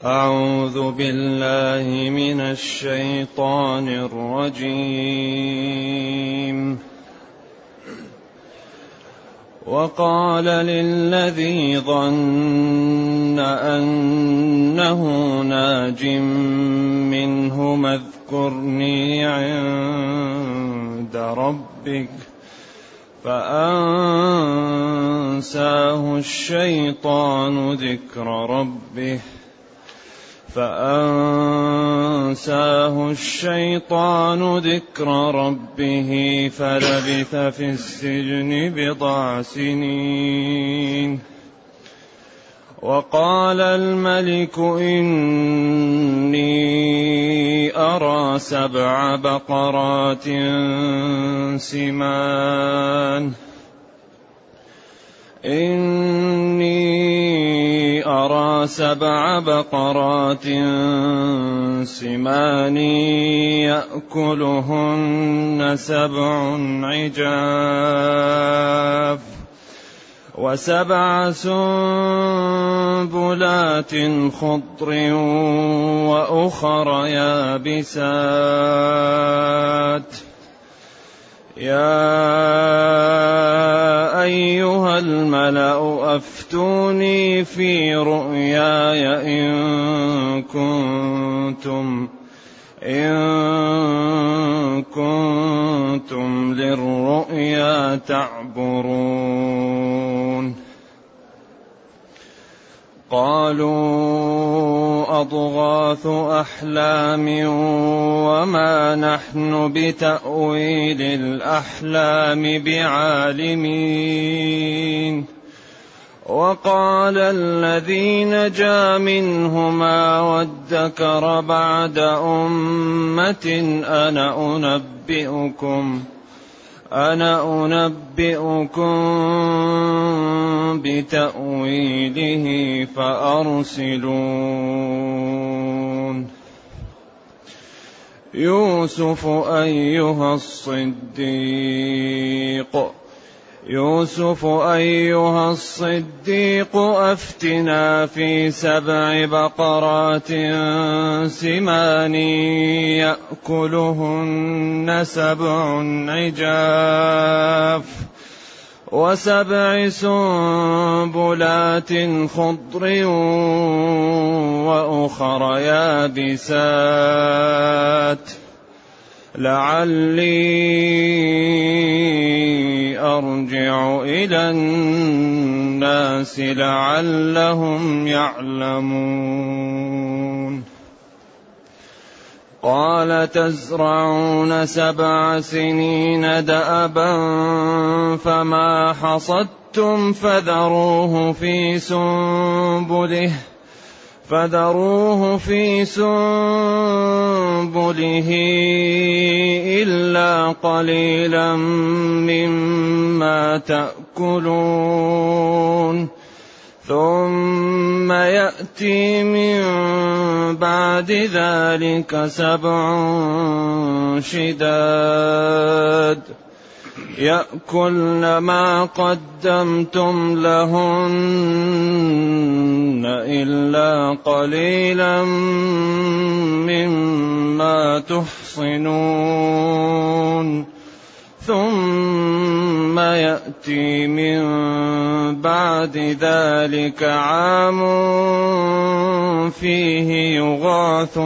أعوذ بالله من الشيطان الرجيم. وقال للذي ظن أنه ناج منهما اذكرني عند ربك فأنساه الشيطان ذكر ربه فلبث في السجن بضع سنين. وقال الملك إني أرى 7 بقرات سمان يأكلهن 7 عجاف و7 سنبلات خضر وأخر يابسات. يا أيها الملأ أفتوني في رؤياي إن كنتم للرؤيا تعبرون. قالوا أضغاث أحلام وما نحن بتأويل الأحلام بعالمين. وقال الذي نجا منهما وادكر بعد أمة أنا أنبئكم بتأويله فأرسلون. يوسف أيها الصديق أفتنا في 7 بقرات سمان يأكلهن 7 عجاف و7 سنبلات خضر وأخر يابسات لعلي أرجع إلى الناس لعلهم يعلمون. قال تزرعون 7 سنين دأبا فما حصدتم فذروه في سنبله إلا قليلا مما تأكلون. ثم يأتي من بعد ذلك 7 شداد يأكلن ما قدمتم لهن إلا قليلا مما تحصنون. ثم يأتي من بعد ذلك عام فيه يغاث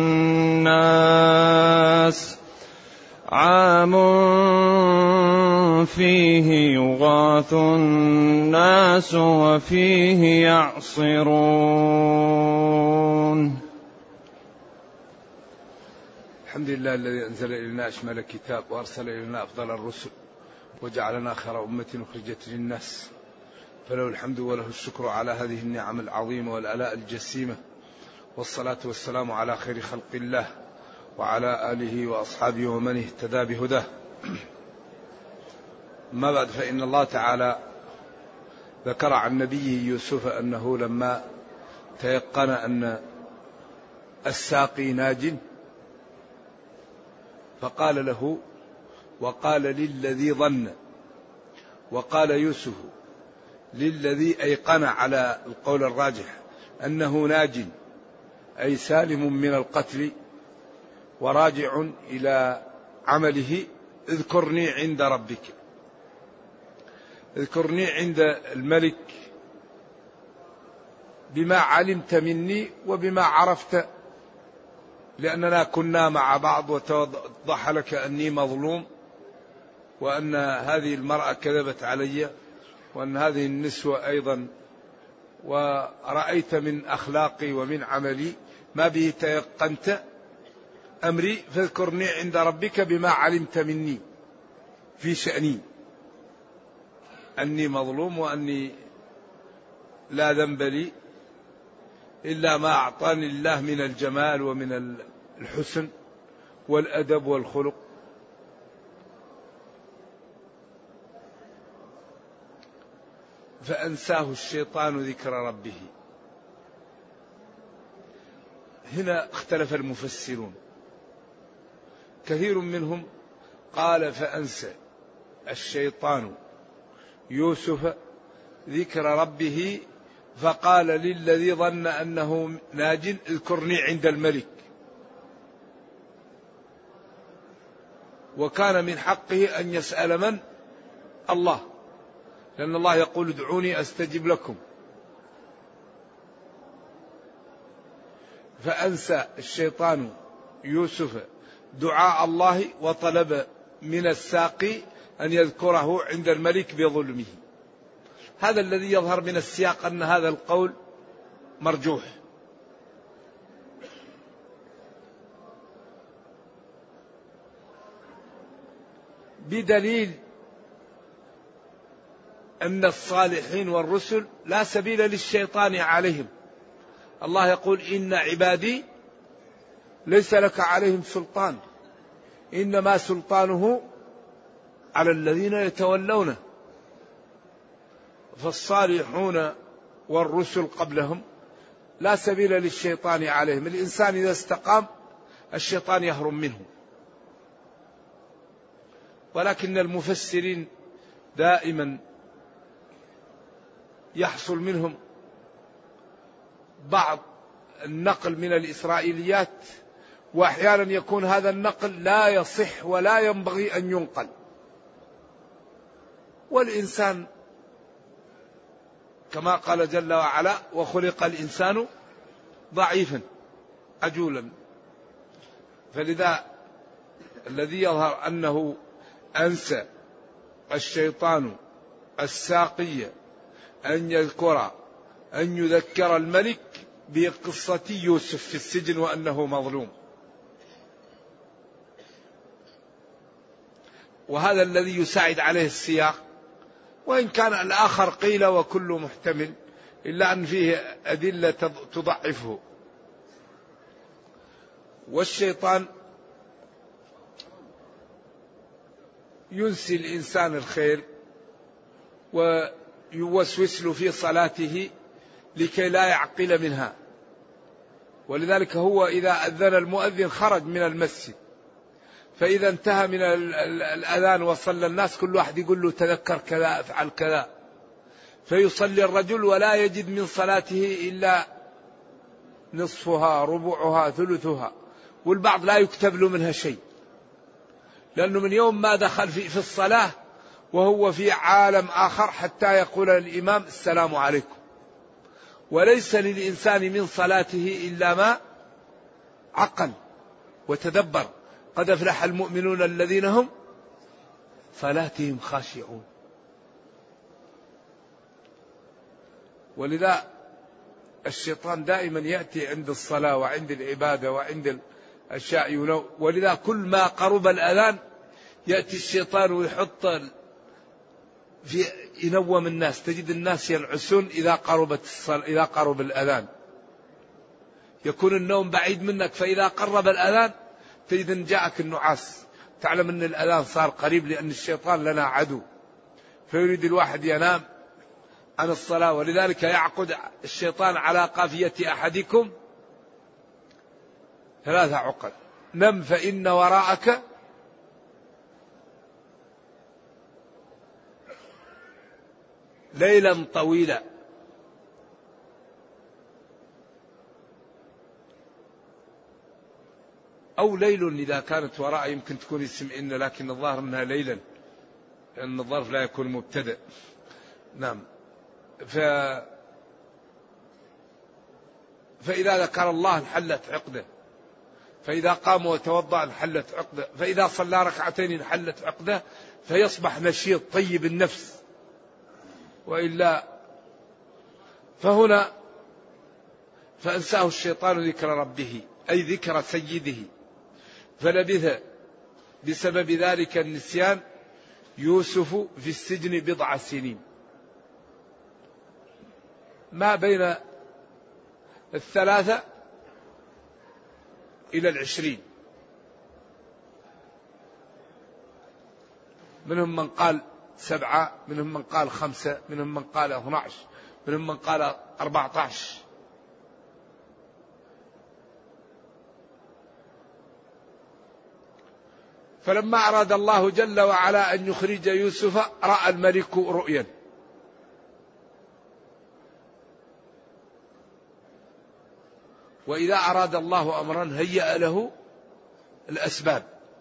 الناس وفيه يعصرون. الحمد لله الذي أنزل إلينا أشمل الكتاب وأرسل إلينا أفضل الرسل وجعلنا خير أمة أخرجت للناس، فله الحمد وله الشكر على هذه النعم العظيمة والآلاء الجسيمة، والصلاة والسلام على خير خلق الله وعلى آله وأصحابه ومن اهتدى بهداه. ما بعد، فإن الله تعالى ذكر عن نبيه يوسف أنه لما تيقن أن الساقي ناج فقال له وقال للذي ظن، وقال يوسف للذي أيقن على القول الراجح أنه ناج، أي سالم من القتل وراجع إلى عمله. اذكرني عند ربك، اذكرني عند الملك بما علمت مني وبما عرفت، لأننا كنا مع بعض وتوضح لك أني مظلوم، وأن هذه المرأة كذبت علي، وأن هذه النسوة أيضا، ورأيت من أخلاقي ومن عملي ما به تيقنت أمري، فاذكرني عند ربك بما علمت مني في شأني، أني مظلوم وأني لا ذنب لي إلا ما أعطاني الله من الجمال ومن الحسن والأدب والخلق. فأنساه الشيطان ذكر ربه. هنا اختلف المفسرون، كثير منهم قال فأنسى الشيطان يوسف ذكر ربه فقال للذي ظن أنه ناج اذكرني عند الملك، وكان من حقه أن يسأل من؟ الله، لأن الله يقول ادعوني أستجب لكم. فأنسى الشيطان يوسف دعاء الله وطلب من الساقي أن يذكره عند الملك بظلمه. هذا الذي يظهر من السياق أن هذا القول مرجوح. بدليل أن الصالحين والرسل لا سبيل للشيطان عليهم. الله يقول إن عبادي ليس لك عليهم سلطان، إنما سلطانه على الذين يتولونه. فالصالحون والرسل قبلهم لا سبيل للشيطان عليهم. الإنسان إذا استقام الشيطان يهرب منه. ولكن المفسرين دائما يحصل منهم بعض النقل من الإسرائيليات، وأحيانا يكون هذا النقل لا يصح ولا ينبغي أن ينقل. والإنسان كما قال جل وعلا وخلق الإنسان ضعيفا عجولا. فلذا الذي يظهر أنه أنسى الشيطان الساقي أن يذكر الملك بقصة يوسف في السجن وأنه مظلوم. وهذا الذي يساعد عليه السياق، وإن كان الآخر قيل وكل محتمل، إلا أن فيه أدلة تضعفه. والشيطان ينسي الإنسان الخير ويوسوس له في صلاته لكي لا يعقل منها. ولذلك هو إذا أذن المؤذن خرج من المسجد، فإذا انتهى من الأذان وصلى الناس كل واحد يقول له تذكر كذا افعل كذا، فيصلي الرجل ولا يجد من صلاته إلا نصفها ربعها ثلثها، والبعض لا يكتب له منها شيء، لأنه من يوم ما دخل في الصلاة وهو في عالم آخر حتى يقول الإمام السلام عليكم. وليس للإنسان من صلاته إلا ما عقل وتدبر. قد أفلح المؤمنون الذين هم صلاتهم خاشعون. ولذا الشيطان دائما يأتي عند الصلاة وعند العبادة وعند الأشياء. ولذا كل ما قرب الأذان يأتي الشيطان ويحط ينوم الناس. تجد الناس ينعسون إذا قرب الأذان، يكون النوم بعيد منك، فإذا قرب الأذان تجد أن جاءك النعاس، تعلم أن الأذان صار قريب، لأن الشيطان لنا عدو، فيريد الواحد ينام عن الصلاة. ولذلك يعقد الشيطان على قافية أحدكم 3 عقد: نم فإن وراءك ليلا طويلا. أو ليل إذا كانت وراء يمكن تكون اسم إن، لكن الظاهر أنها ليلا لأن الظرف لا يكون مبتدأ. نعم. فإذا ذكر الله انحلت عقده، فإذا قام وتوضأ انحلت عقده، فإذا صلى ركعتين انحلت عقده، فيصبح نشيط طيب النفس. وإلا فهنا فأنساه الشيطان ذكر ربه، أي ذكر سيده، فلبث بسبب ذلك النسيان يوسف في السجن 10 سنين، ما بين 3 إلى 20. منهم من قال 7، منهم من قال 5، منهم من قال 12، منهم من قال 14. فلما أراد الله جل وعلا أن يخرج يوسف رأى الملك رؤيا، وإذا أراد الله أمرا هيأ له الأسباب،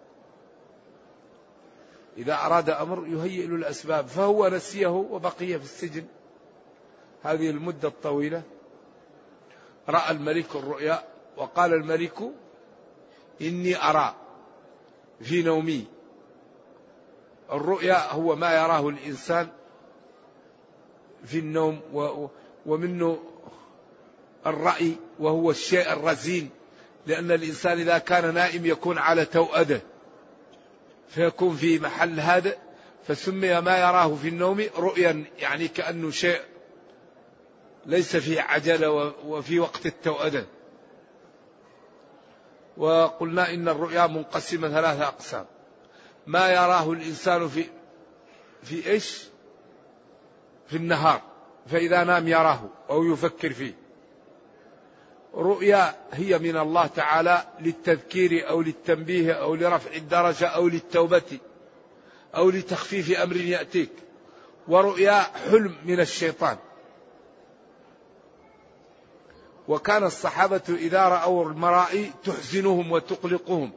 إذا أراد أمر يهيئ له الأسباب، فهو نسيه وبقي في السجن هذه المدة الطويلة. رأى الملك الرؤيا وقال الملك إني أرى في نومي. الرؤيا هو ما يراه الإنسان في النوم، ومنه الرأي وهو الشيء الرزين، لأن الإنسان إذا كان نائم يكون على توأده فيكون في محل هادئ، فسمي ما يراه في النوم رؤيا، يعني كأنه شيء ليس فيه عجلة وفي وقت التوأده. وقلنا إن الرؤيا منقسمة 3 أقسام: ما يراه الإنسان في إيش؟ في النهار، فإذا نام يراه أو يفكر فيه. رؤيا هي من الله تعالى للتذكير أو للتنبيه أو لرفع الدرجة أو للتوبة أو لتخفيف أمر يأتيك. ورؤيا حلم من الشيطان. وكان الصحابة إذا رأوا المرائي تحزنهم وتقلقهم،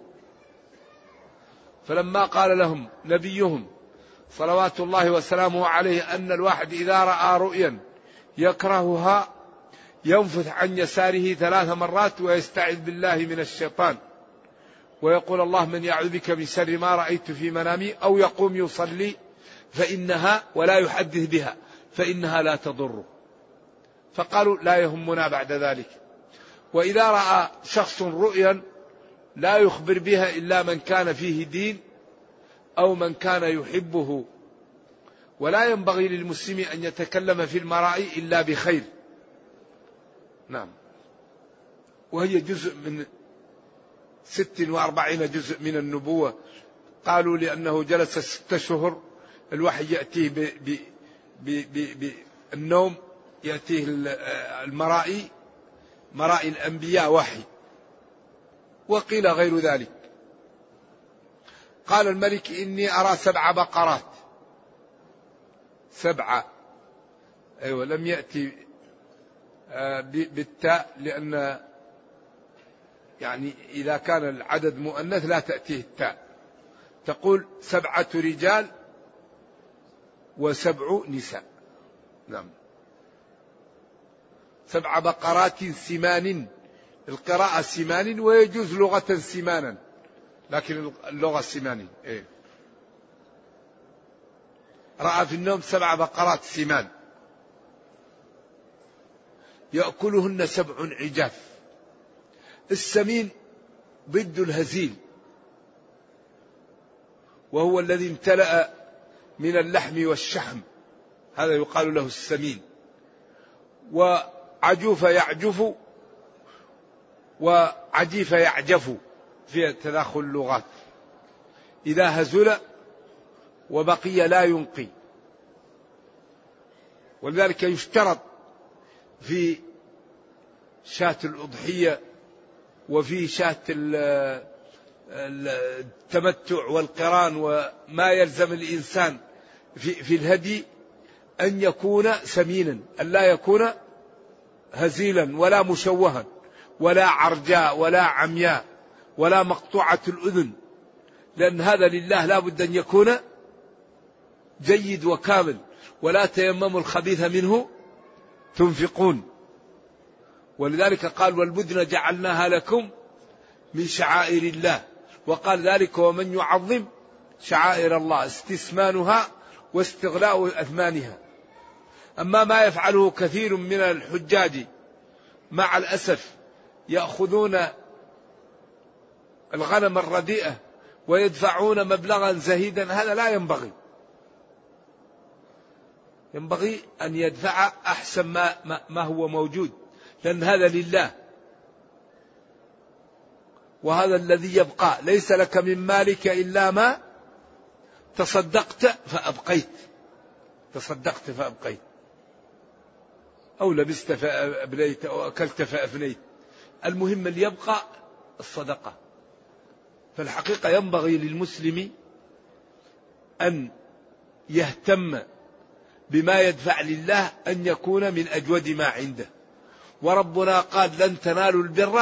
فلما قال لهم نبيهم صلوات الله وسلامه عليه أن الواحد إذا رأى رؤيا يكرهها ينفث عن يساره 3 مرات ويستعذ بالله من الشيطان ويقول اللهم يعوذ بك من شر ما رأيت في منامي، أو يقوم يصلي فإنها ولا يحدث بها فإنها لا تضره. فقالوا لا يهمنا بعد ذلك. وإذا رأى شخص رؤيا لا يخبر بها إلا من كان فيه دين أو من كان يحبه، ولا ينبغي للمسلم أن يتكلم في المرائي إلا بخير. نعم. وهي جزء من 46 جزء من النبوة. قالوا لأنه جلس 6 شهور الوحي يأتيه بالنوم، يأتيه المرائي، مرائي الأنبياء وحي، وقيل غير ذلك. قال الملك إني أرى 7 بقرات. 7، أيوة، لم يأتي بالتاء، لأن يعني إذا كان العدد مؤنث لا تأتيه التاء، تقول 7 رجال و7 نساء. نعم. 7 بقرات سمان، القراءة سمان، ويجوز لغة سمانا، لكن اللغة سمان. إيه؟ رأى في النوم 7 بقرات سمان يأكلهن 7 عجاف. السمين ضد الهزيل، وهو الذي امتلأ من اللحم والشحم، هذا يقال له السمين. وعجوف يعجف وعجيف يعجف، في تداخل اللغات. إذا هزل وبقي لا ينقي. ولذلك يشترط في شاة الأضحية وفي شاة التمتع والقران وما يلزم الإنسان في الهدي أن يكون سمينا، أن لا يكون هزيلا ولا مشوها ولا عرجاء ولا عمياء ولا مقطوعة الأذن، لأن هذا لله لا بد أن يكون جيد وكامل. ولا تيمموا الخبيث منه تنفقون. ولذلك قال والبدن جعلناها لكم من شعائر الله. وقال ذلك ومن يعظم شعائر الله استثمانها واستغلاء أثمانها. أما ما يفعله كثير من الحجاج مع الأسف، يأخذون الغنم الرديئة ويدفعون مبلغا زهيدا، هذا لا ينبغي. ينبغي أن يدفع أحسن ما هو موجود، لأن هذا لله. وهذا الذي يبقى ليس لك من مالك إلا ما تصدقت فأبقيت. تصدقت فأبقيت، أو لبست فأبليت، أو أكلت فأفنيت. المهم اللي يبقى الصدقة. فالحقيقة ينبغي للمسلم أن يهتم بما يدفع لله، أن يكون من أجود ما عنده. وربنا قال لن تنالوا البر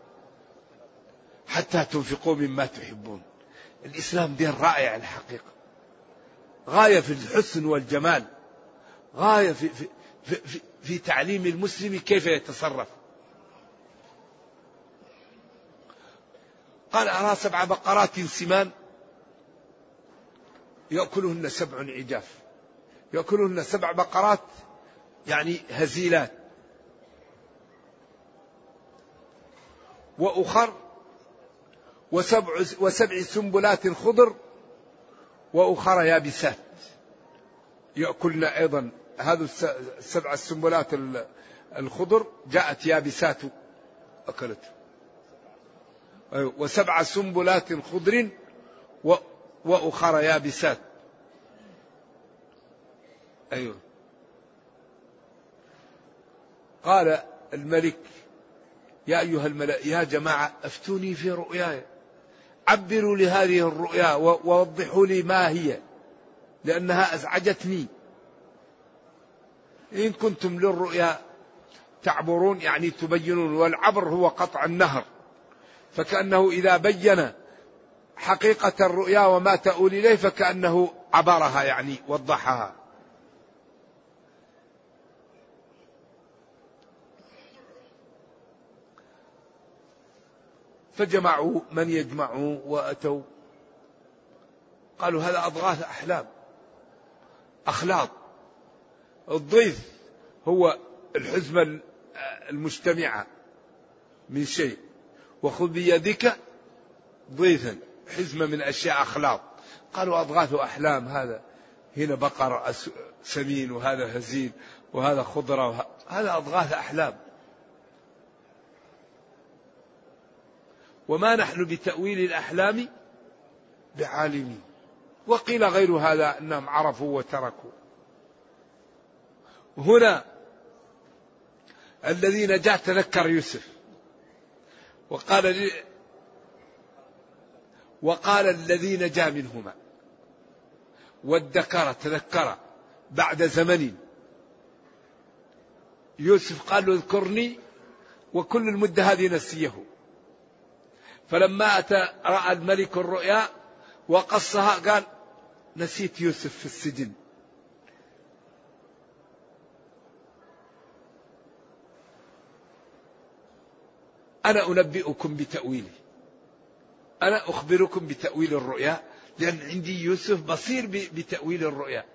حتى تنفقوا مما تحبون. الإسلام دين رائع الحقيقة، غاية في الحسن والجمال، غاية في تعليم المسلم كيف يتصرف. قال أرى 7 بقرات سمان يأكلهن 7 عجاف. يأكلهن 7 بقرات يعني هزيلات، وأخر وسبع سنبلات خضر وأخر يابسات يأكلن أيضا. هذه 7 السنبلات الخضر جاءت يابسات أكلته. و7 سنبلات خضر وأخر يابسات. أيوه. قال الملك يا أيها الملأ يا جماعة أفتوني في رؤياي، عبروا لهذه الرؤيا ووضحوا لي ما هي، لأنها أزعجتني. إن كنتم للرؤيا تعبرون يعني تبينون، والعبر هو قطع النهر، فكأنه إذا بين حقيقة الرؤيا وما تؤول إليه فكأنه عبرها يعني وضحها. فجمعوا من يجمعوا وأتوا قالوا هذا أضغاث أحلام، أخلاط. الضيف هو الحزمة المجتمعة من شيء، وخذ بيدك ضيفا حزمة من أشياء أخلاط. قالوا أضغاث أحلام، هذا هنا بقر سمين وهذا هزيل وهذا خضرة هذا أضغاث أحلام. وما نحن بتأويل الأحلام بعالمين. وقيل غير هذا أنهم عرفوا وتركوا. هنا الذي نجا تذكر يوسف وقال الذي نجا منهما وادكر تذكر بعد زمن. يوسف قال له اذكرني، وكل المدة هذه نسيه. فلما أتى رأى الملك الرؤيا وقصها قال نسيت يوسف في السجن. أنا أنبئكم بتأويله، أنا أخبركم بتأويل الرؤيا، لأن عندي يوسف بصير بتأويل الرؤيا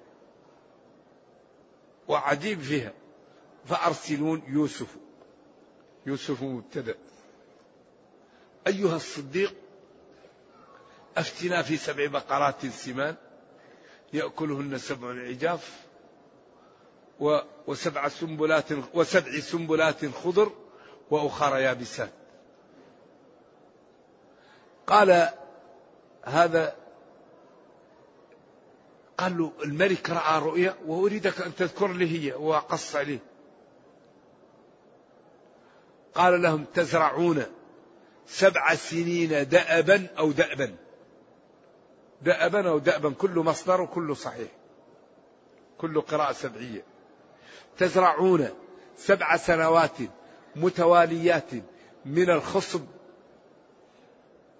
وعجيب فيها. فأرسلون يوسف مبتدأ. أيها الصديق أفتنا في 7 بقرات سمان يأكلهن 7 عجاف وسبع سنبلات خضر وأخر يابسات. قال هذا، قال له الملك رأى رؤيا وأريدك أن تذكر لي هي، وقص عليه. قال لهم تزرعون 7 سنين دأبا أو دأبا. دأبا أو دأبا كل مصدر وكل صحيح، كل قراءة سبعية. تزرعون 7 سنوات متواليات من الخصب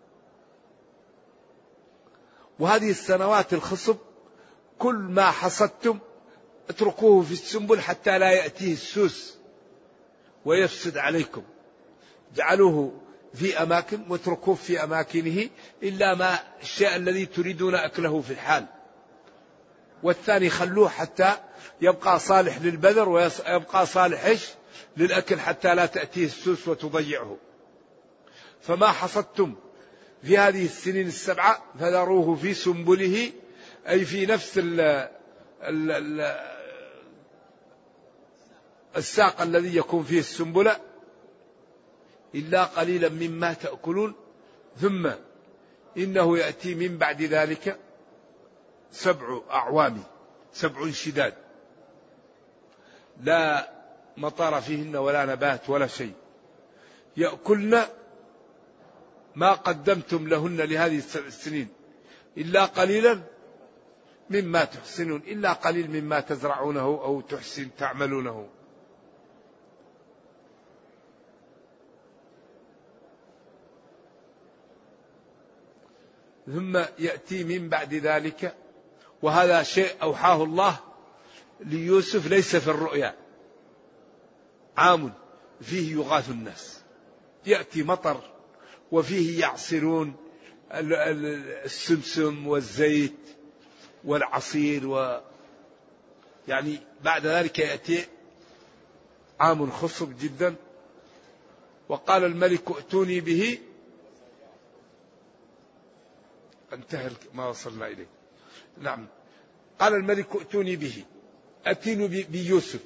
وهذه السنوات الخصب كل ما حصدتم اتركوه في السنبل حتى لا يأتيه السوس ويفسد عليكم، جعلوه في أماكن واتركوه في أماكنه إلا ما الشيء الذي تريدون أكله في الحال، والثاني خلوه حتى يبقى صالح للبذر ويبقى صالح للأكل حتى لا تأتيه السوس وتضيعه. فما حصدتم في هذه السنين السبعة فذروه في سنبله، أي في نفس الساق الذي يكون فيه السنبلة، إلا قليلا مما تأكلون ثم إنه يأتي من بعد ذلك 7 أعوام، 7 شداد لا مطر فيهن ولا نبات ولا شيء، يأكلن ما قدمتم لهن لهذه السنين إلا قليلا مما تحسنون، إلا قليل مما تزرعونه أو تعملونه. ثم يأتي من بعد ذلك، وهذا شيء أوحاه الله ليوسف ليس في الرؤيا، عام فيه يغاث الناس، يأتي مطر وفيه يعصرون السمسم والزيت والعصير يعني بعد ذلك يأتي عام خصب جدا. وقال الملك ائتوني به، انتهى ما وصلنا إليه. نعم، قال الملك ائتوني به، أتينوا بيوسف.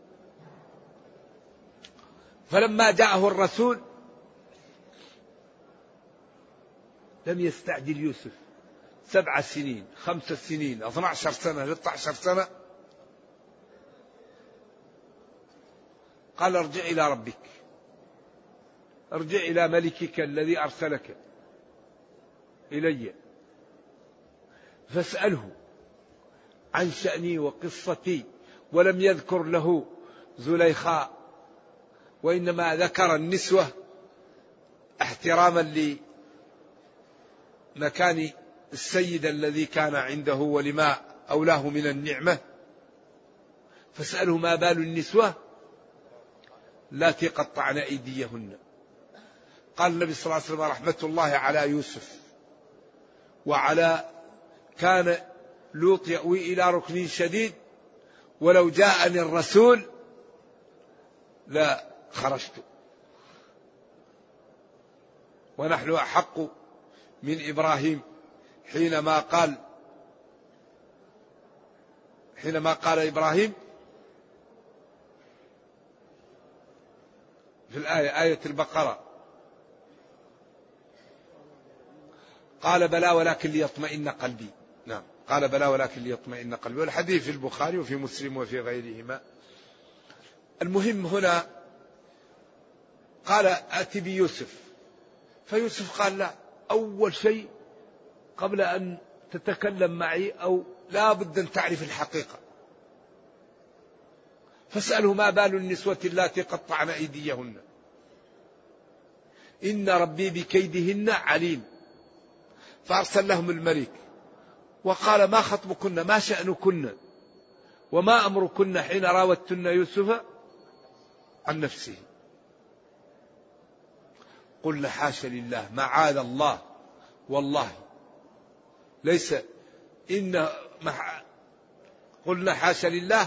فلما جاءه الرسول لم يستعجل يوسف، 7 سنين 5 سنين 12 سنة 13 سنة، قال ارجع إلى ربك، ارجع إلى ملكك الذي أرسلك إلي فاسأله عن شأني وقصتي. ولم يذكر له زليخاء، وإنما ذكر النسوة احتراما لمكان السيد الذي كان عنده ولما أولاه من النعمة. فاسأله ما بال النسوة اللاتي قطعن أيديهن. قال النبي صلى الله عليه وسلم رحمة الله على يوسف وعلى كان لوط يأوي إلى ركن شديد، ولو جاءني الرسول لا خرجت، ونحن أحق من إبراهيم حينما قال إبراهيم في آية البقرة قال بلى ولكن ليطمئن قلبي. نعم، قال بلى ولكن ليطمئن قلبي، والحديث في البخاري وفي مسلم وفي غيرهما. المهم هنا قال آتي بيوسف، فيوسف قال لا، أول شيء قبل أن تتكلم معي أو لا بد أن تعرف الحقيقة، فاسأله ما بال النسوة اللاتي قطعن أيديهن إن ربي بكيدهن عليم. فأرسل لهم الملك وقال ما خطبكن، ما شأنكن، وما أمركن حين راوتن يوسف عن نفسه. قلنا حاشا لله، معاذ الله، والله ليس قلنا حاشا لله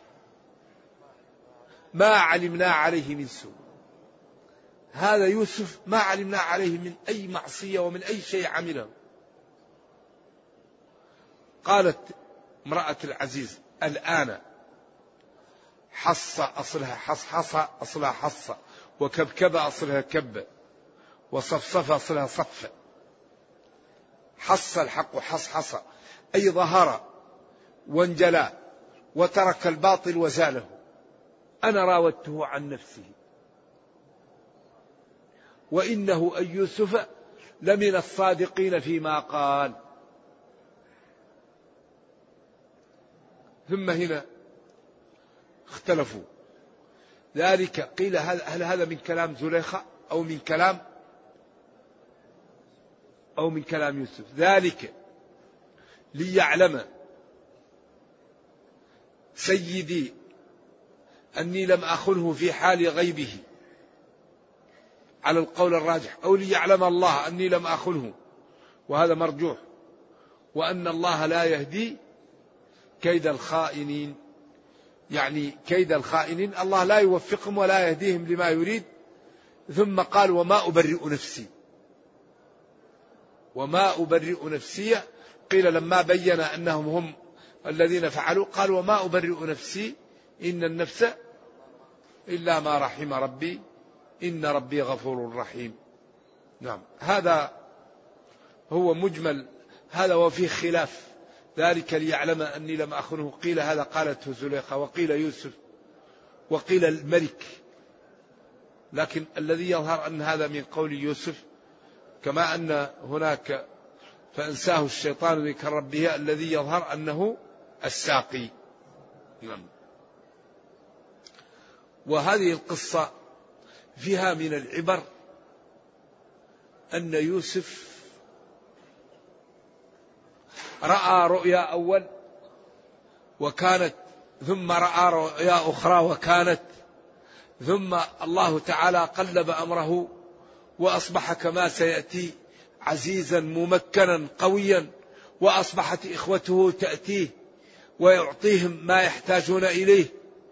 ما علمنا عليه من سوء. هذا يوسف ما علمنا عليه من أي معصية ومن أي شيء عمله. قالت امرأة العزيز الآن حص أصلها حصحصة أصلها حصة، وكبكب أصلها كب، وصفصف أصلها صف. حص الحق حصحصة أي ظهر وانجلى وترك الباطل وزاله. أنا راودته عن نفسه وإنه أي يوسف لمن الصادقين فيما قال. ثم هنا اختلفوا ذلك، قيل هل هذا من كلام زليخة أو من كلام يوسف. ذلك ليعلم سيدي أني لم أخنه في حال غيبه على القول الراجح، أو ليعلم الله أني لم أخنه، وهذا مرجوح، وأن الله لا يهدي كيد الخائنين، يعني كيد الخائنين الله لا يوفقهم ولا يهديهم لما يريد. ثم قال وما أبرئ نفسي، وما أبرئ نفسي. قيل لما بين أنهم هم الذين فعلوا قال وما أبرئ نفسي إن النفس إلا ما رحم ربي إن ربي غفور رحيم. نعم، هذا هو مجمل هذا، وفيه خلاف. ذلك ليعلم أني لم أخنه، قيل هذا قالته زليخة، وقيل يوسف، وقيل الملك، لكن الذي يظهر أن هذا من قول يوسف، كما أن هناك فأنساه الشيطان ذكر ربه، الذي يظهر أنه الساقي. نعم. وهذه القصة فيها من العبر أن يوسف رأى رؤيا أول وكانت، ثم رأى رؤيا أخرى وكانت، ثم الله تعالى قلب أمره وأصبح كما سيأتي عزيزا ممكنا قويا، وأصبحت إخوته تأتيه ويعطيهم ما يحتاجون إليه،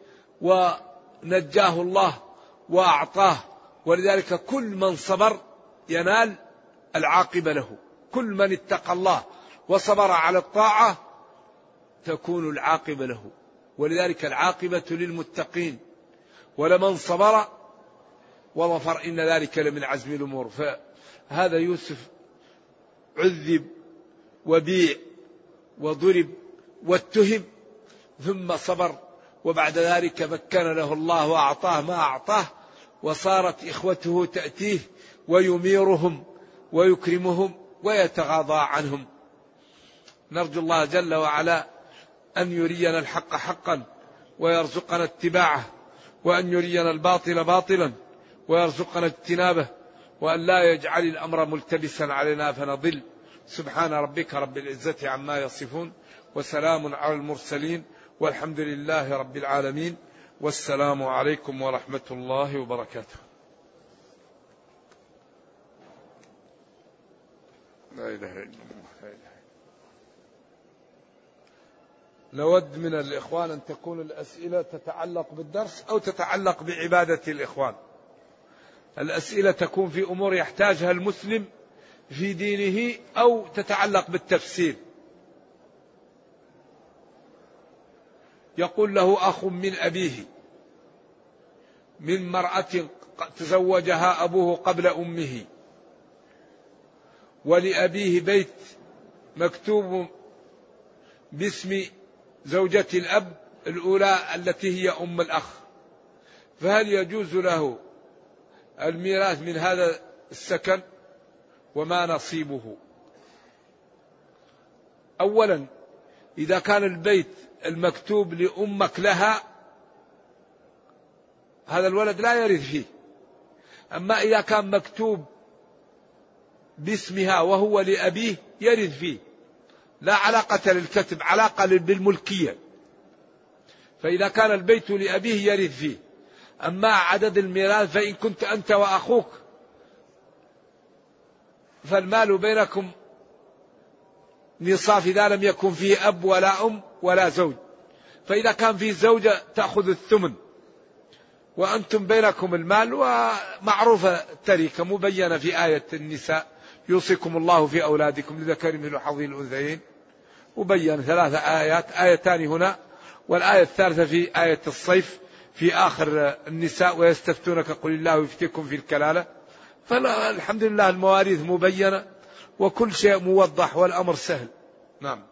ونجاه الله وأعطاه. ولذلك كل من صبر ينال العاقبة له، كل من اتقى الله وصبر على الطاعة تكون العاقبة له، ولذلك العاقبة للمتقين. ولمن صبر وظفر إن ذلك لمن عزم الأمور. فهذا يوسف عذب وبيع وضرب واتهم، ثم صبر، وبعد ذلك مكن له الله وأعطاه ما أعطاه، وصارت إخوته تأتيه ويميرهم ويكرمهم ويتغاضى عنهم. نرجو الله جل وعلا أن يرينا الحق حقا ويرزقنا اتباعه، وأن يرينا الباطل باطلا ويرزقنا اجتنابه، وأن لا يجعل الأمر ملتبسا علينا فنضل. سبحان ربك رب العزة عما يصفون، وسلام على المرسلين، والحمد لله رب العالمين، والسلام عليكم ورحمة الله وبركاته. لا إله إلا الله. نود من الإخوان أن تكون الأسئلة تتعلق بالدرس أو تتعلق بعبادة الإخوان. الأسئلة تكون في أمور يحتاجها المسلم في دينه، أو تتعلق بالتفسير. يقول له أخ من أبيه من مرأة تزوجها أبوه قبل أمه، ولأبيه بيت مكتوب باسم زوجة الأب الأولى التي هي أم الأخ، فهل يجوز له الميراث من هذا السكن وما نصيبه؟ أولا، إذا كان البيت المكتوب لأمك لها هذا الولد لا يرث فيه. أما إذا كان مكتوب باسمها وهو لأبيه يرث فيه، لا علاقة للكتب، علاقة بالملكية. فإذا كان البيت لأبيه يرث فيه. أما عدد الميراث فإن كنت أنت وأخوك فالمال بينكم نصاف إذا لم يكن فيه أب ولا أم ولا زوج. فإذا كان فيه زوجة تأخذ الثمن، وأنتم بينكم المال، ومعروفة التركة مبينة في آية النساء يوصيكم الله في أولادكم للذكر مثل حظ الأنثيين، مبين 3 آيات، آيتان هنا والآية الثالثة في آية الصيف في آخر النساء ويستفتونك قل الله يفتيكم في الكلالة. فالحمد لله المواريث مبينة وكل شيء موضح والأمر سهل. نعم،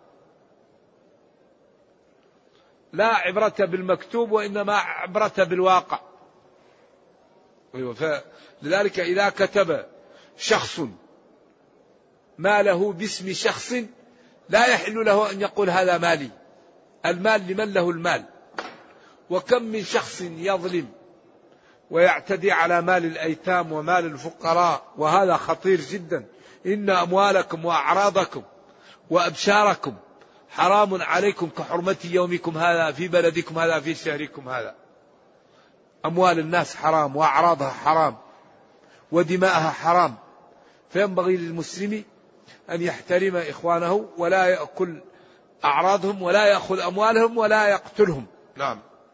لا عبرة بالمكتوب وإنما عبرة بالواقع. لذلك إذا كتب شخص ماله باسم شخص لا يحل له أن يقول هذا مالي. المال لمن له المال. وكم من شخص يظلم ويعتدي على مال الأيتام ومال الفقراء، وهذا خطير جدا. إن أموالكم وأعراضكم وأبشاركم حرام عليكم كحرمة يومكم هذا في بلدكم هذا في شهركم هذا. أموال الناس حرام، وأعراضها حرام، ودماءها حرام، فينبغي للمسلم أن يحترم إخوانه ولا يأكل أعراضهم ولا يأخذ أموالهم ولا يقتلهم. نعم.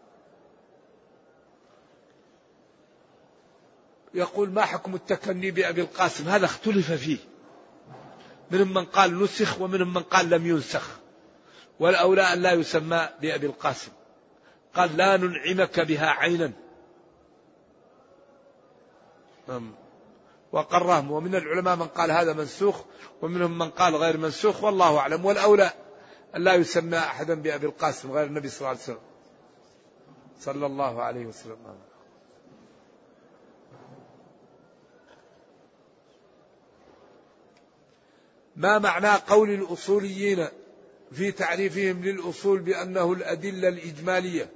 يقول: ما حكم التكني بأبي القاسم؟ هذا اختلف فيه، منهم من قال نسخ ومنهم من قال لم ينسخ، والأولى أن لا يسمى بأبي القاسم، قال: لا ننعمك بها عينا. وقرهم، ومن العلماء من قال هذا منسوخ ومنهم من قال غير منسوخ، والله أعلم. والأولى أن لا يسمى أحدا بأبي القاسم غير النبي صلى الله عليه وسلم صلى الله عليه وسلم. ما معنى قول الأصوليين في تعريفهم للأصول بأنه الأدلة الإجمالية؟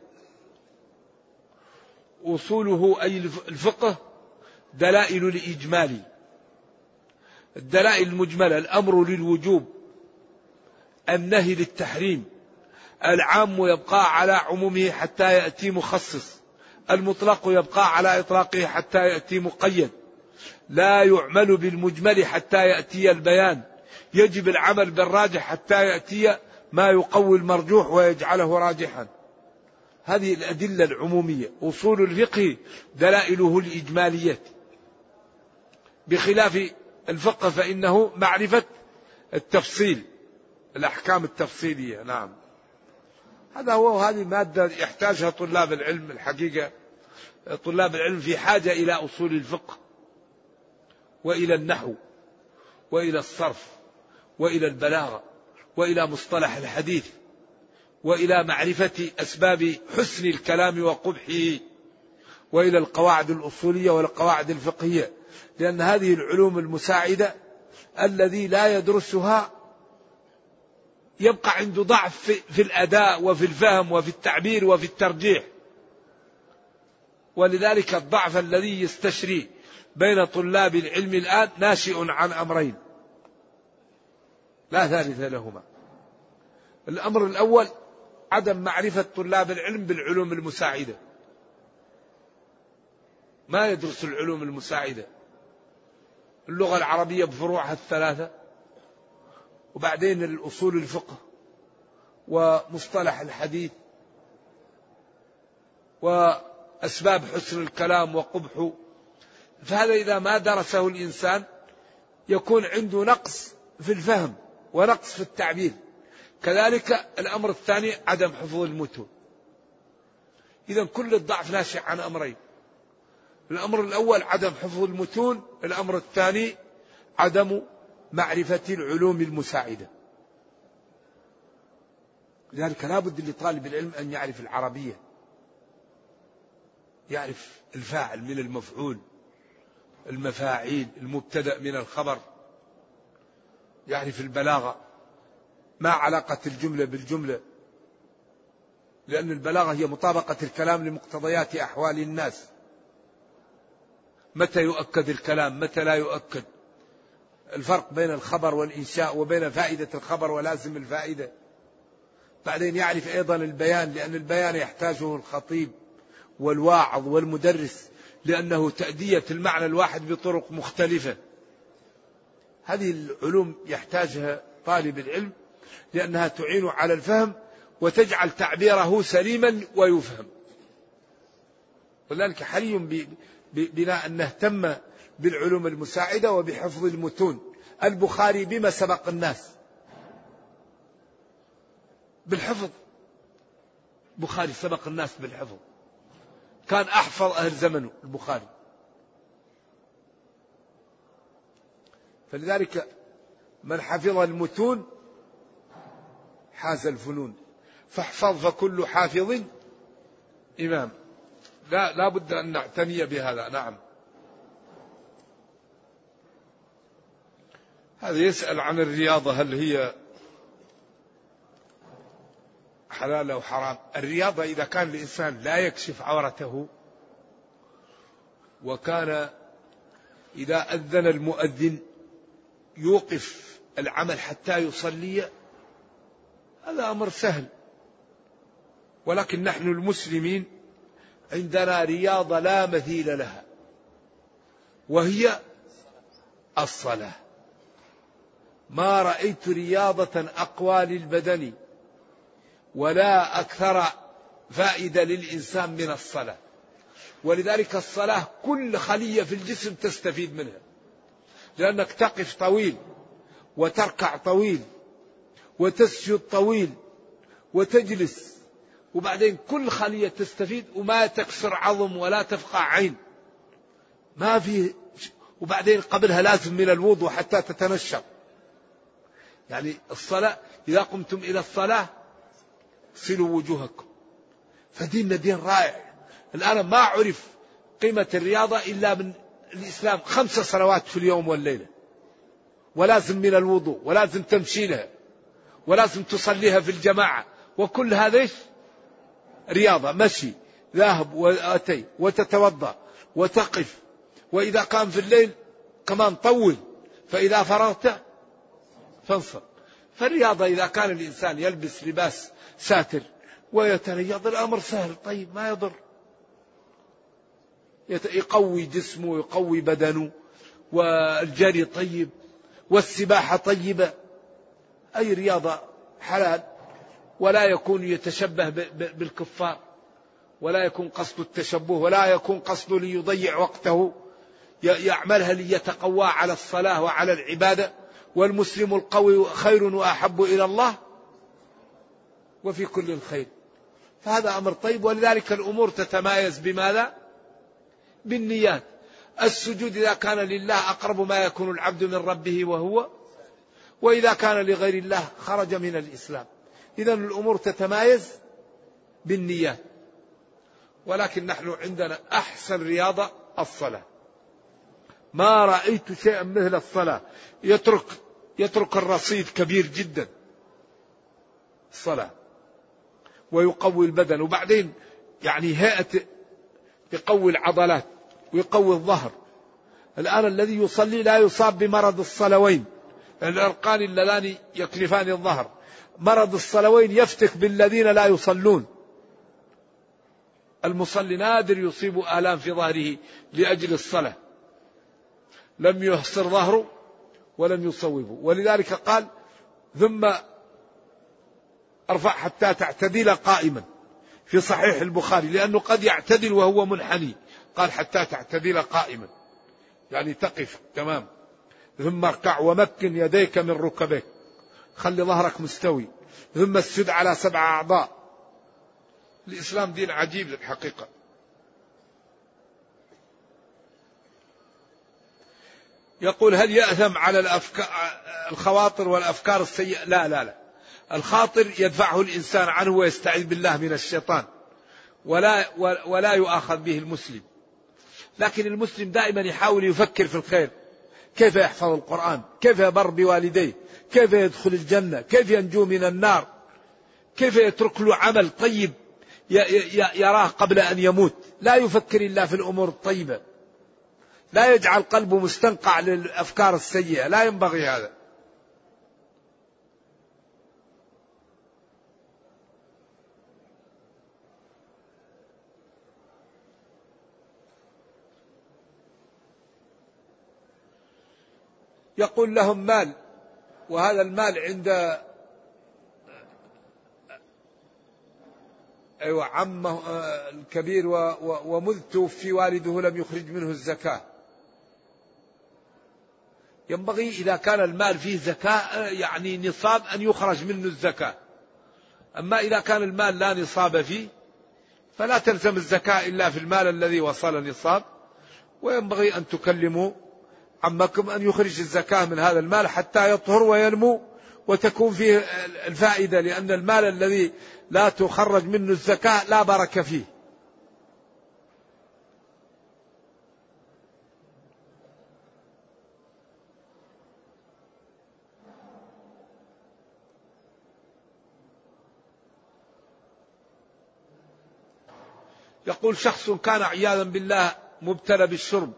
أصوله أي الفقه دلائل الإجمال، الدلائل المجملة: الأمر للوجوب، النهي للتحريم، العام يبقى على عمومه حتى يأتي مخصص، المطلق يبقى على إطلاقه حتى يأتي مقيد، لا يعمل بالمجمل حتى يأتي البيان، يجب العمل بالراجح حتى يأتي ما يقوي المرجوح ويجعله راجحا. هذه الأدلة العمومية. أصول الفقه دلائله الإجمالية، بخلاف الفقه فإنه معرفة التفصيل، الأحكام التفصيلية. نعم. هذا هو، وهذه مادة يحتاجها طلاب العلم. الحقيقة طلاب العلم في حاجة إلى أصول الفقه وإلى النحو وإلى الصرف وإلى البلاغة وإلى مصطلح الحديث وإلى معرفة أسباب حسن الكلام وقبحه وإلى القواعد الأصولية والقواعد الفقهية، لأن هذه العلوم المساعدة الذي لا يدرسها يبقى عنده ضعف في الأداء وفي الفهم وفي التعبير وفي الترجيح. ولذلك الضعف الذي يستشري بين طلاب العلم الآن ناشئ عن أمرين لا ثالث لهما. الأمر الأول عدم معرفة طلاب العلم بالعلوم المساعدة، ما يدرس العلوم المساعدة، اللغة العربية بفروعها الثلاثة، وبعدين الأصول الفقه ومصطلح الحديث وأسباب حسن الكلام وقبحه. فهذا إذا ما درسه الإنسان يكون عنده نقص في الفهم ونقص في التعبير. كذلك الأمر الثاني عدم حفظ المتون. إذن كل الضعف ناشئ عن أمرين: الأمر الأول عدم حفظ المتون، الأمر الثاني عدم معرفة العلوم المساعدة. لذلك لا بد لطالب العلم أن يعرف العربية، يعرف الفاعل من المفعول، المفاعيل، المبتدأ من الخبر، يعرف البلاغة، ما علاقة الجملة بالجملة، لأن البلاغة هي مطابقة الكلام لمقتضيات أحوال الناس، متى يؤكد الكلام متى لا يؤكد، الفرق بين الخبر والإنشاء وبين فائدة الخبر ولازم الفائدة. بعدين يعرف أيضا البيان، لأن البيان يحتاجه الخطيب والواعظ والمدرس، لأنه تأدية المعنى الواحد بطرق مختلفة. هذه العلوم يحتاجها طالب العلم لأنها تعين على الفهم وتجعل تعبيره سليما ويفهم. ولذلك حري بنا أن نهتم بالعلوم المساعدة وبحفظ المتون. البخاري بما سبق الناس بالحفظ، البخاري سبق الناس بالحفظ، كان أحفظ أهل زمنه البخاري. فلذلك من حفظ المتون حاز الفنون، فاحفظ فكل حافظ إمام. لا بد أن نعتني بهذا. نعم. هذا يسأل عن الرياضة، هل هي حلال أو حرام؟ الرياضة إذا كان الإنسان لا يكشف عورته، وكان إذا أذن المؤذن يوقف العمل حتى يصلي، هذا أمر سهل. ولكن نحن المسلمين عندنا رياضة لا مثيل لها، وهي الصلاة. ما رأيت رياضة أقوى للبدن ولا أكثر فائدة للإنسان من الصلاة. ولذلك الصلاة كل خلية في الجسم تستفيد منها، لأنك تقف طويل وتركع طويل وتسجد طويل وتجلس، وبعدين كل خلية تستفيد، وما تكسر عظم ولا تفقع عين، ما في. وبعدين قبلها لازم من الوضوء حتى تتنشط. يعني الصلاة إذا قمتم إلى الصلاة صلوا وجوهكم. فديننا دين رائع. الآن ما عرف قيمة الرياضة إلا من الإسلام. 5 صلوات في اليوم والليلة، ولازم من الوضوء، ولازم تمشي لها، ولازم تصليها في الجماعة، وكل هذا رياضة. مشي، ذاهب وأتي، وتتوضأ وتقف، وإذا كان في الليل كمان طول، فإذا فرغت فانصب. فالرياضة إذا كان الإنسان يلبس لباس ساتر ويتريض الأمر سهل، طيب ما يضر، يقوي جسمه ويقوي بدنه، والجري طيب، والسباحة طيبة. أي رياضة حلال، ولا يكون يتشبه بالكفار، ولا يكون قصد التشبه، ولا يكون قصده ليضيع وقته، يعملها ليتقوى على الصلاة وعلى العبادة. والمسلم القوي خير وأحب إلى الله وفي كل الخير. فهذا أمر طيب. ولذلك الأمور تتمايز بماذا؟ بالنيات. السجود إذا كان لله أقرب ما يكون العبد من ربه وإذا كان لغير الله خرج من الإسلام. إذن الأمور تتمايز بالنيات. ولكن نحن عندنا أحسن رياضة الصلاة. ما رأيت شيئا مثل الصلاة. يترك الرصيد كبير جدا الصلاة، ويقوي البدن، وبعدين يعني هيئة يقوي العضلات ويقوي الظهر. الآن الذي يصلي لا يصاب بمرض الصلوين، العرقان اللذان يكلفان الظهر. مرض الصلوين يفتك بالذين لا يصلون. المصلي نادر يصيب آلام في ظهره لأجل الصلاة، لم يحصر ظهره ولم يصوبه. ولذلك قال ثم ارفع حتى تعتدل قائما في صحيح البخاري، لأنه قد يعتدل وهو منحني، قال حتى تعتدل قائما يعني تقف تمام. ثم اركع ومكن يديك من ركبيك، خلي ظهرك مستوي. ثم اسجد على 7 أعضاء. الإسلام دين عجيب للحقيقة. يقول هل يأثم على الخواطر والأفكار السيئة؟ لا لا لا. الخاطر يدفعه الإنسان عنه ويستعيذ بالله من الشيطان، ولا يؤاخذ به المسلم. لكن المسلم دائما يحاول يفكر في الخير، كيف يحفظ القرآن، كيف يبر بوالديه، كيف يدخل الجنة، كيف ينجو من النار، كيف يترك له عمل طيب يراه قبل أن يموت. لا يفكر إلا في الأمور الطيبة، لا يجعل قلبه مستنقع للأفكار السيئة، لا ينبغي هذا. يقول لهم مال، وهذا المال عند عمه الكبير، ومذ توفي والده لم يخرج منه الزكاة. ينبغي إذا كان المال فيه زكاة يعني نصاب أن يخرج منه الزكاة. أما إذا كان المال لا نصاب فيه فلا تلزم الزكاة إلا في المال الذي وصل نصاب. وينبغي أن تكلموا عمكم أن يخرج الزكاة من هذا المال حتى يطهر وينمو وتكون فيه الفائدة، لأن المال الذي لا تخرج منه الزكاة لا بركة فيه. يقول شخص كان عياذا بالله مبتلى بالشرب،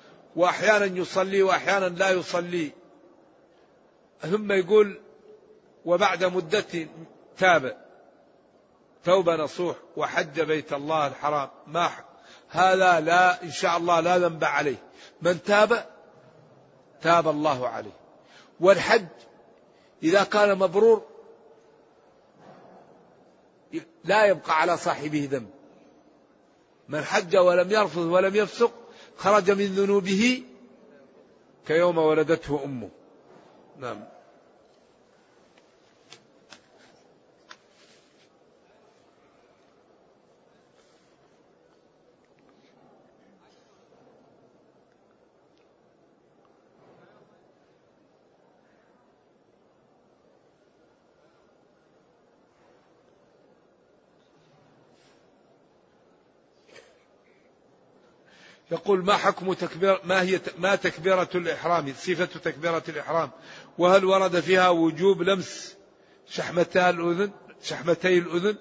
وأحيانا يصلي وأحيانا لا يصلي، ثم يقول وبعد مدة تاب توبة نصوح وحج بيت الله الحرام، هذا لا إن شاء الله لا ذنب عليه. من تاب الله عليه. والحج إذا كان مبرور لا يبقى على صاحبه ذنب. من حج ولم يرفض ولم يفسق خرج من ذنوبه كيوم ولدته أمه. نعم. يقول ما حكم ما تكبيرة الإحرام، صفة تكبيرة الإحرام، وهل ورد فيها وجوب لمس شحمتي الأذن؟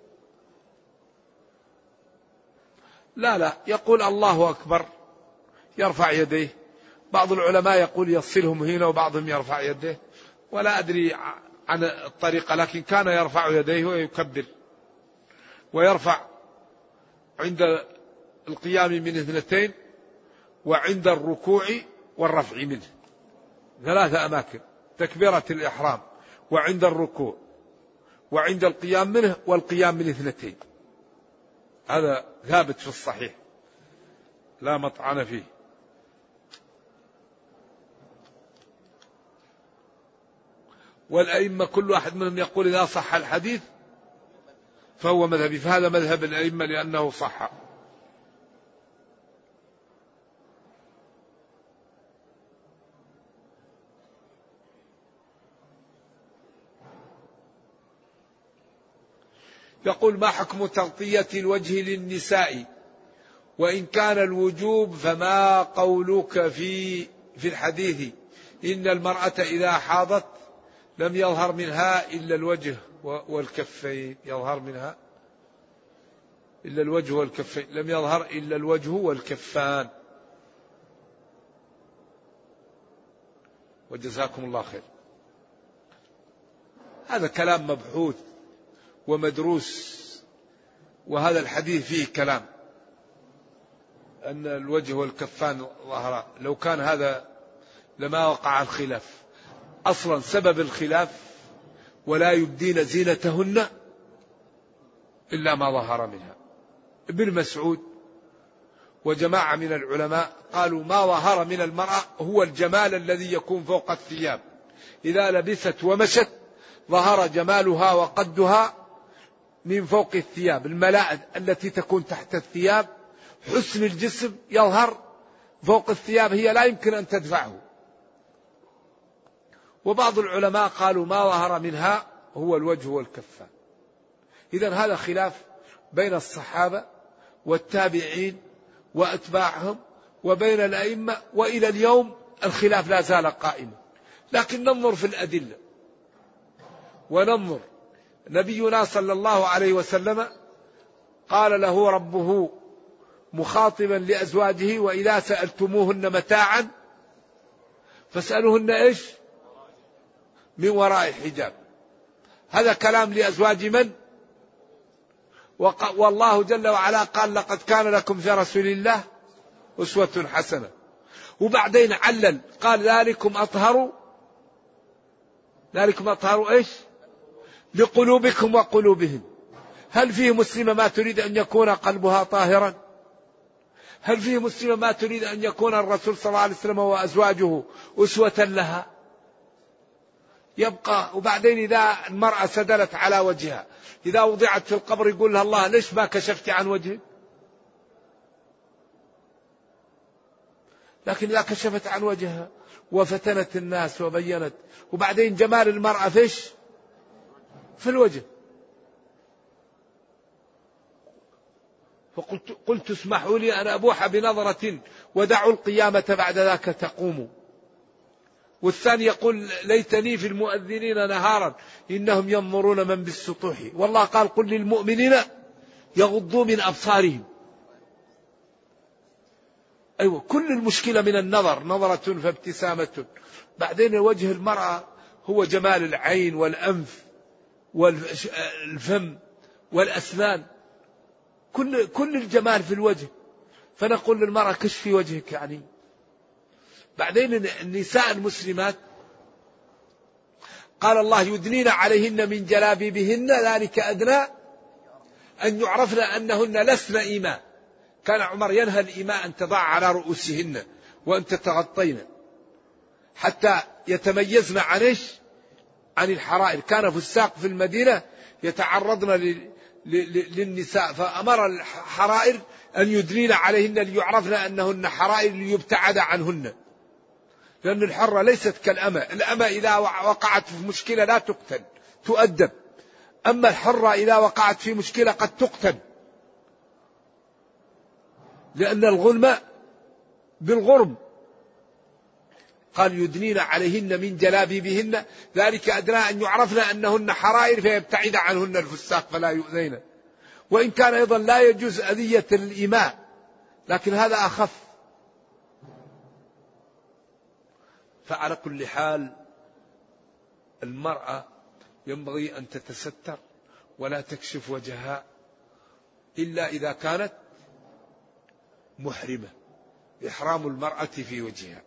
لا، يقول الله أكبر يرفع يديه. بعض العلماء يقول يصلهم هنا وبعضهم يرفع يديه، ولا أدري عن الطريقة، لكن كان يرفع يديه ويكبر، ويرفع عند القيام من 2 وعند الركوع والرفع منه. 3 أماكن: تكبيرة الإحرام وعند الركوع وعند القيام منه والقيام من 2. هذا ثابت في الصحيح لا مطعن فيه. والأئمة كل واحد منهم يقول إذا صح الحديث فهو مذهبي، فهذا مذهب الأئمة لأنه صح. يقول ما حكم تغطية الوجه للنساء، وإن كان الوجوب فما قولك في الحديث إن المرأة إذا حاضت لم يظهر منها إلا الوجه والكفين، يظهر منها إلا الوجه والكفين، لم يظهر إلا الوجه والكفان. وجزاكم الله خير. هذا كلام مبحوث ومدروس، وهذا الحديث فيه كلام أن الوجه والكفان ظهرا. لو كان هذا لما وقع الخلاف. أصلا سبب الخلاف ولا يبدين زينتهن إلا ما ظهر منها. ابن مسعود وجماعة من العلماء قالوا ما ظهر من المرأة هو الجمال الذي يكون فوق الثياب، إذا لبست ومشت ظهر جمالها وقدها من فوق الثياب. الملاءة التي تكون تحت الثياب، حسن الجسم يظهر فوق الثياب، هي لا يمكن أن تدفعه. وبعض العلماء قالوا ما ظهر منها هو الوجه والكفان. إذن هذا خلاف بين الصحابة والتابعين وأتباعهم وبين الأئمة، وإلى اليوم الخلاف لا زال قائما. لكن ننظر في الأدلة وننظر. نبينا صلى الله عليه وسلم قال له ربه مخاطبا لأزواجه وإذا سألتموهن متاعا فاسألوهن إيش؟ من وراء حجاب. هذا كلام لأزواج من؟ والله جل وعلا قال لقد كان لكم في رسول الله أسوة حسنة. وبعدين علل قال ذلكم أطهر إيش؟ لقلوبكم وقلوبهم. هل فيه مسلمة ما تريد أن يكون قلبها طاهرا؟ هل فيه مسلمة ما تريد أن يكون الرسول صلى الله عليه وسلم وأزواجه أسوة لها؟ يبقى. وبعدين إذا المرأة سدلت على وجهها، إذا وضعت في القبر يقول لها الله ليش ما كشفت عن وجهك؟ لكن إذا كشفت عن وجهها وفتنت الناس وبينت، وبعدين جمال المرأة فيش؟ في الوجه. فقلت اسمحوا لي أن أبوح بنظرة ودعوا القيامة بعد ذاك تقوموا. والثاني يقول ليتني في المؤذنين نهارا إنهم ينظرون من بالسطوح. والله قال قل للمؤمنين يغضوا من أبصارهم. أيوة، كل المشكلة من النظر، نظرة فابتسامة. بعدين وجه المرأة هو جمال العين والأنف والفم والأسنان، كل الجمال في الوجه. فنقول للمرأة كشفي وجهك يعني. بعدين النساء المسلمات قال الله يدنين عليهن من جلابيبهن ذلك أدنى أن يعرفن أنهن لسن إيماء. كان عمر ينهى الإيماء أن تضع على رؤوسهن وأن تتغطين حتى يتميزن عن الحرائر. كان فساق في المدينة يتعرضن للنساء، فأمر الحرائر أن يدنين عليهن ليعرفن أنهن حرائر ليبتعد عنهن، لأن الحرة ليست كالأمة. الأمة إذا وقعت في مشكلة لا تقتل، تؤدب. أما الحرة إذا وقعت في مشكلة قد تقتل، لأن الغلم بالغرم. قال يدنين عليهن من جلابيبهن ذلك أدنى أن يعرفن أنهن حرائر فيبتعد عنهن الفساق فلا يؤذين. وإن كان أيضا لا يجوز أذية الإماء، لكن هذا أخف. فعلى كل حال المرأة ينبغي أن تتستر ولا تكشف وجهها إلا إذا كانت محرمة، إحرام المرأة في وجهها.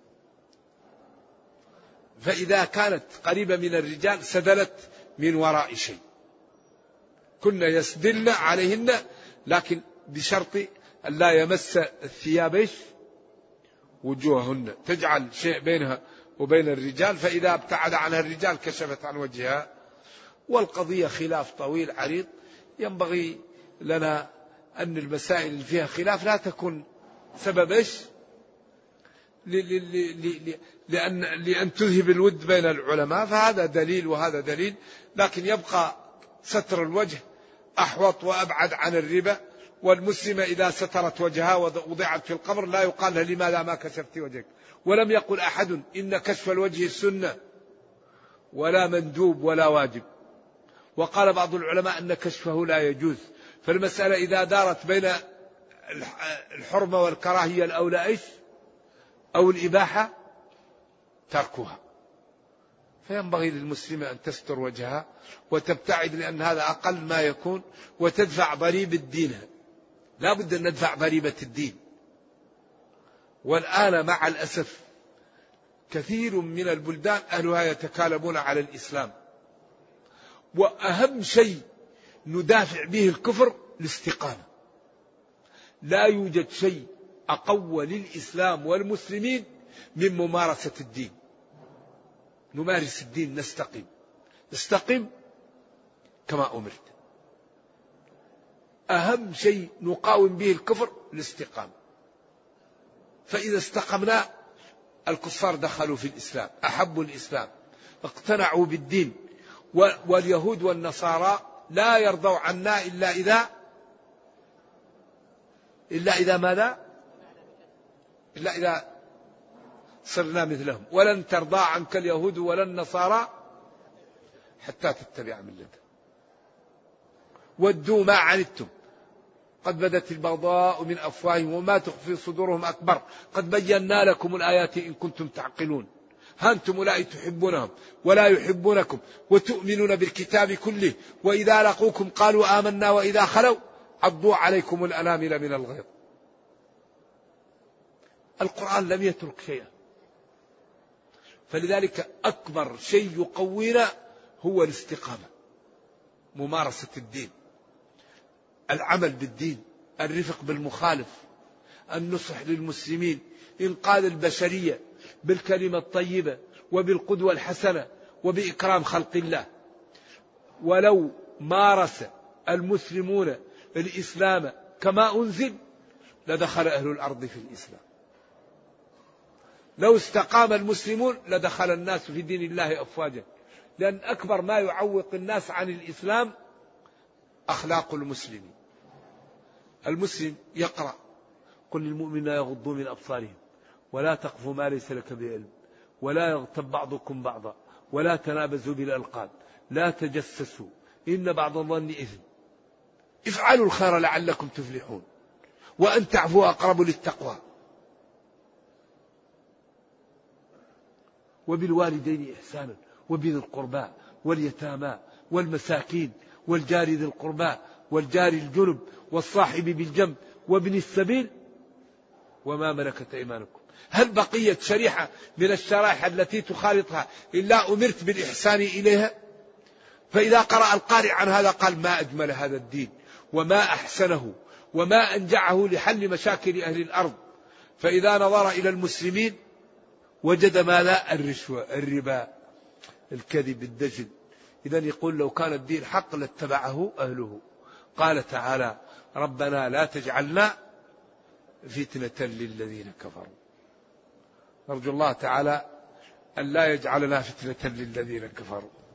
فإذا كانت قريبة من الرجال سدلت من وراء شيء. كنا يسدلن عليهن، لكن بشرط أن لا يمس الثياب وجوههن، تجعل شيء بينها وبين الرجال، فإذا ابتعد عنها الرجال كشفت عن وجهها. والقضية خلاف طويل عريض. ينبغي لنا أن المسائل اللي فيها خلاف لا تكون سبب لأن تذهب الود بين العلماء، فهذا دليل وهذا دليل. لكن يبقى ستر الوجه أحوط وأبعد عن الربا. والمسلمة إذا سترت وجهها ووضعت في القبر لا يقال لها لماذا ما كشفت وجهك. ولم يقل أحد إن كشف الوجه سنة ولا مندوب ولا واجب. وقال بعض العلماء أن كشفه لا يجوز. فالمسألة إذا دارت بين الحرمة والكراهية الأولى أو الإباحة تركها. فينبغي للمسلمة أن تستر وجهها وتبتعد، لأن هذا أقل ما يكون، وتدفع ضريبة دينها. لا بد أن ندفع ضريبة الدين. والآن مع الأسف كثير من البلدان أهلها يتكالبون على الإسلام، وأهم شيء ندافع به الكفر الاستقامة. لا يوجد شيء أقوى للإسلام والمسلمين من ممارسة الدين. نمارس الدين، نستقم كما أمرت. أهم شيء نقاوم به الكفر الاستقامة. فإذا استقمنا الكفار دخلوا في الإسلام، أحبوا الإسلام، اقتنعوا بالدين. واليهود والنصارى لا يرضوا عنا إلا ماذا؟ إلا إذا صرنا مثلهم. ولن ترضى عنك اليهود ولا النصارى حتى تتبع ملتهم. ودوا ما عنتم قد بدت البغضاء من أفواههم وما تخفي صدورهم أكبر قد بينا لكم الآيات إن كنتم تعقلون. ها أنتم أولئك تحبونهم ولا يحبونكم وتؤمنون بالكتاب كله وإذا لقوكم قالوا آمنا وإذا خلوا عضوا عليكم الأنامل من الغيظ. القرآن لم يترك شيئا. فلذلك أكبر شيء يقوينا هو الاستقامة، ممارسة الدين، العمل بالدين، الرفق بالمخالف، النصح للمسلمين، إنقاذ البشرية بالكلمة الطيبة وبالقدوة الحسنة وبإكرام خلق الله. ولو مارس المسلمون الإسلام كما أنزل لدخل أهل الأرض في الإسلام. لو استقام المسلمون لدخل الناس في دين الله أفواجا. لأن أكبر ما يعوق الناس عن الإسلام أخلاق المسلمين. المسلم يقرأ قل للمؤمنين يغضوا من أبصارهم ولا تقفوا ما ليس لك بعلم ولا يغتب بعضكم بعضا ولا تنابزوا بالألقاب لا تجسسوا إن بعض الظن إثم افعلوا الخير لعلكم تفلحون وأن تعفوا أقرب للتقوى وبالوالدين إحسانا وبذي القربى واليتامى والمساكين والجار ذي القربى والجار الجنب والصاحب بالجنب وابن السبيل وما ملكت أيمانكم. هل بقيت شريحة من الشرائح التي تخالطها إلا أمرت بالإحسان إليها؟ فإذا قرأ القارئ عن هذا قال ما أجمل هذا الدين وما أحسنه وما أنجعه لحل مشاكل أهل الأرض. فإذا نظر إلى المسلمين وجد ماذا؟ الرشوة، الربا، الكذب، الدجل. إذن يقول لو كان الدين حق لاتبعه أهله. قال تعالى ربنا لا تجعلنا فتنة للذين كفروا. نرجو الله تعالى أن لا يجعلنا فتنة للذين كفروا.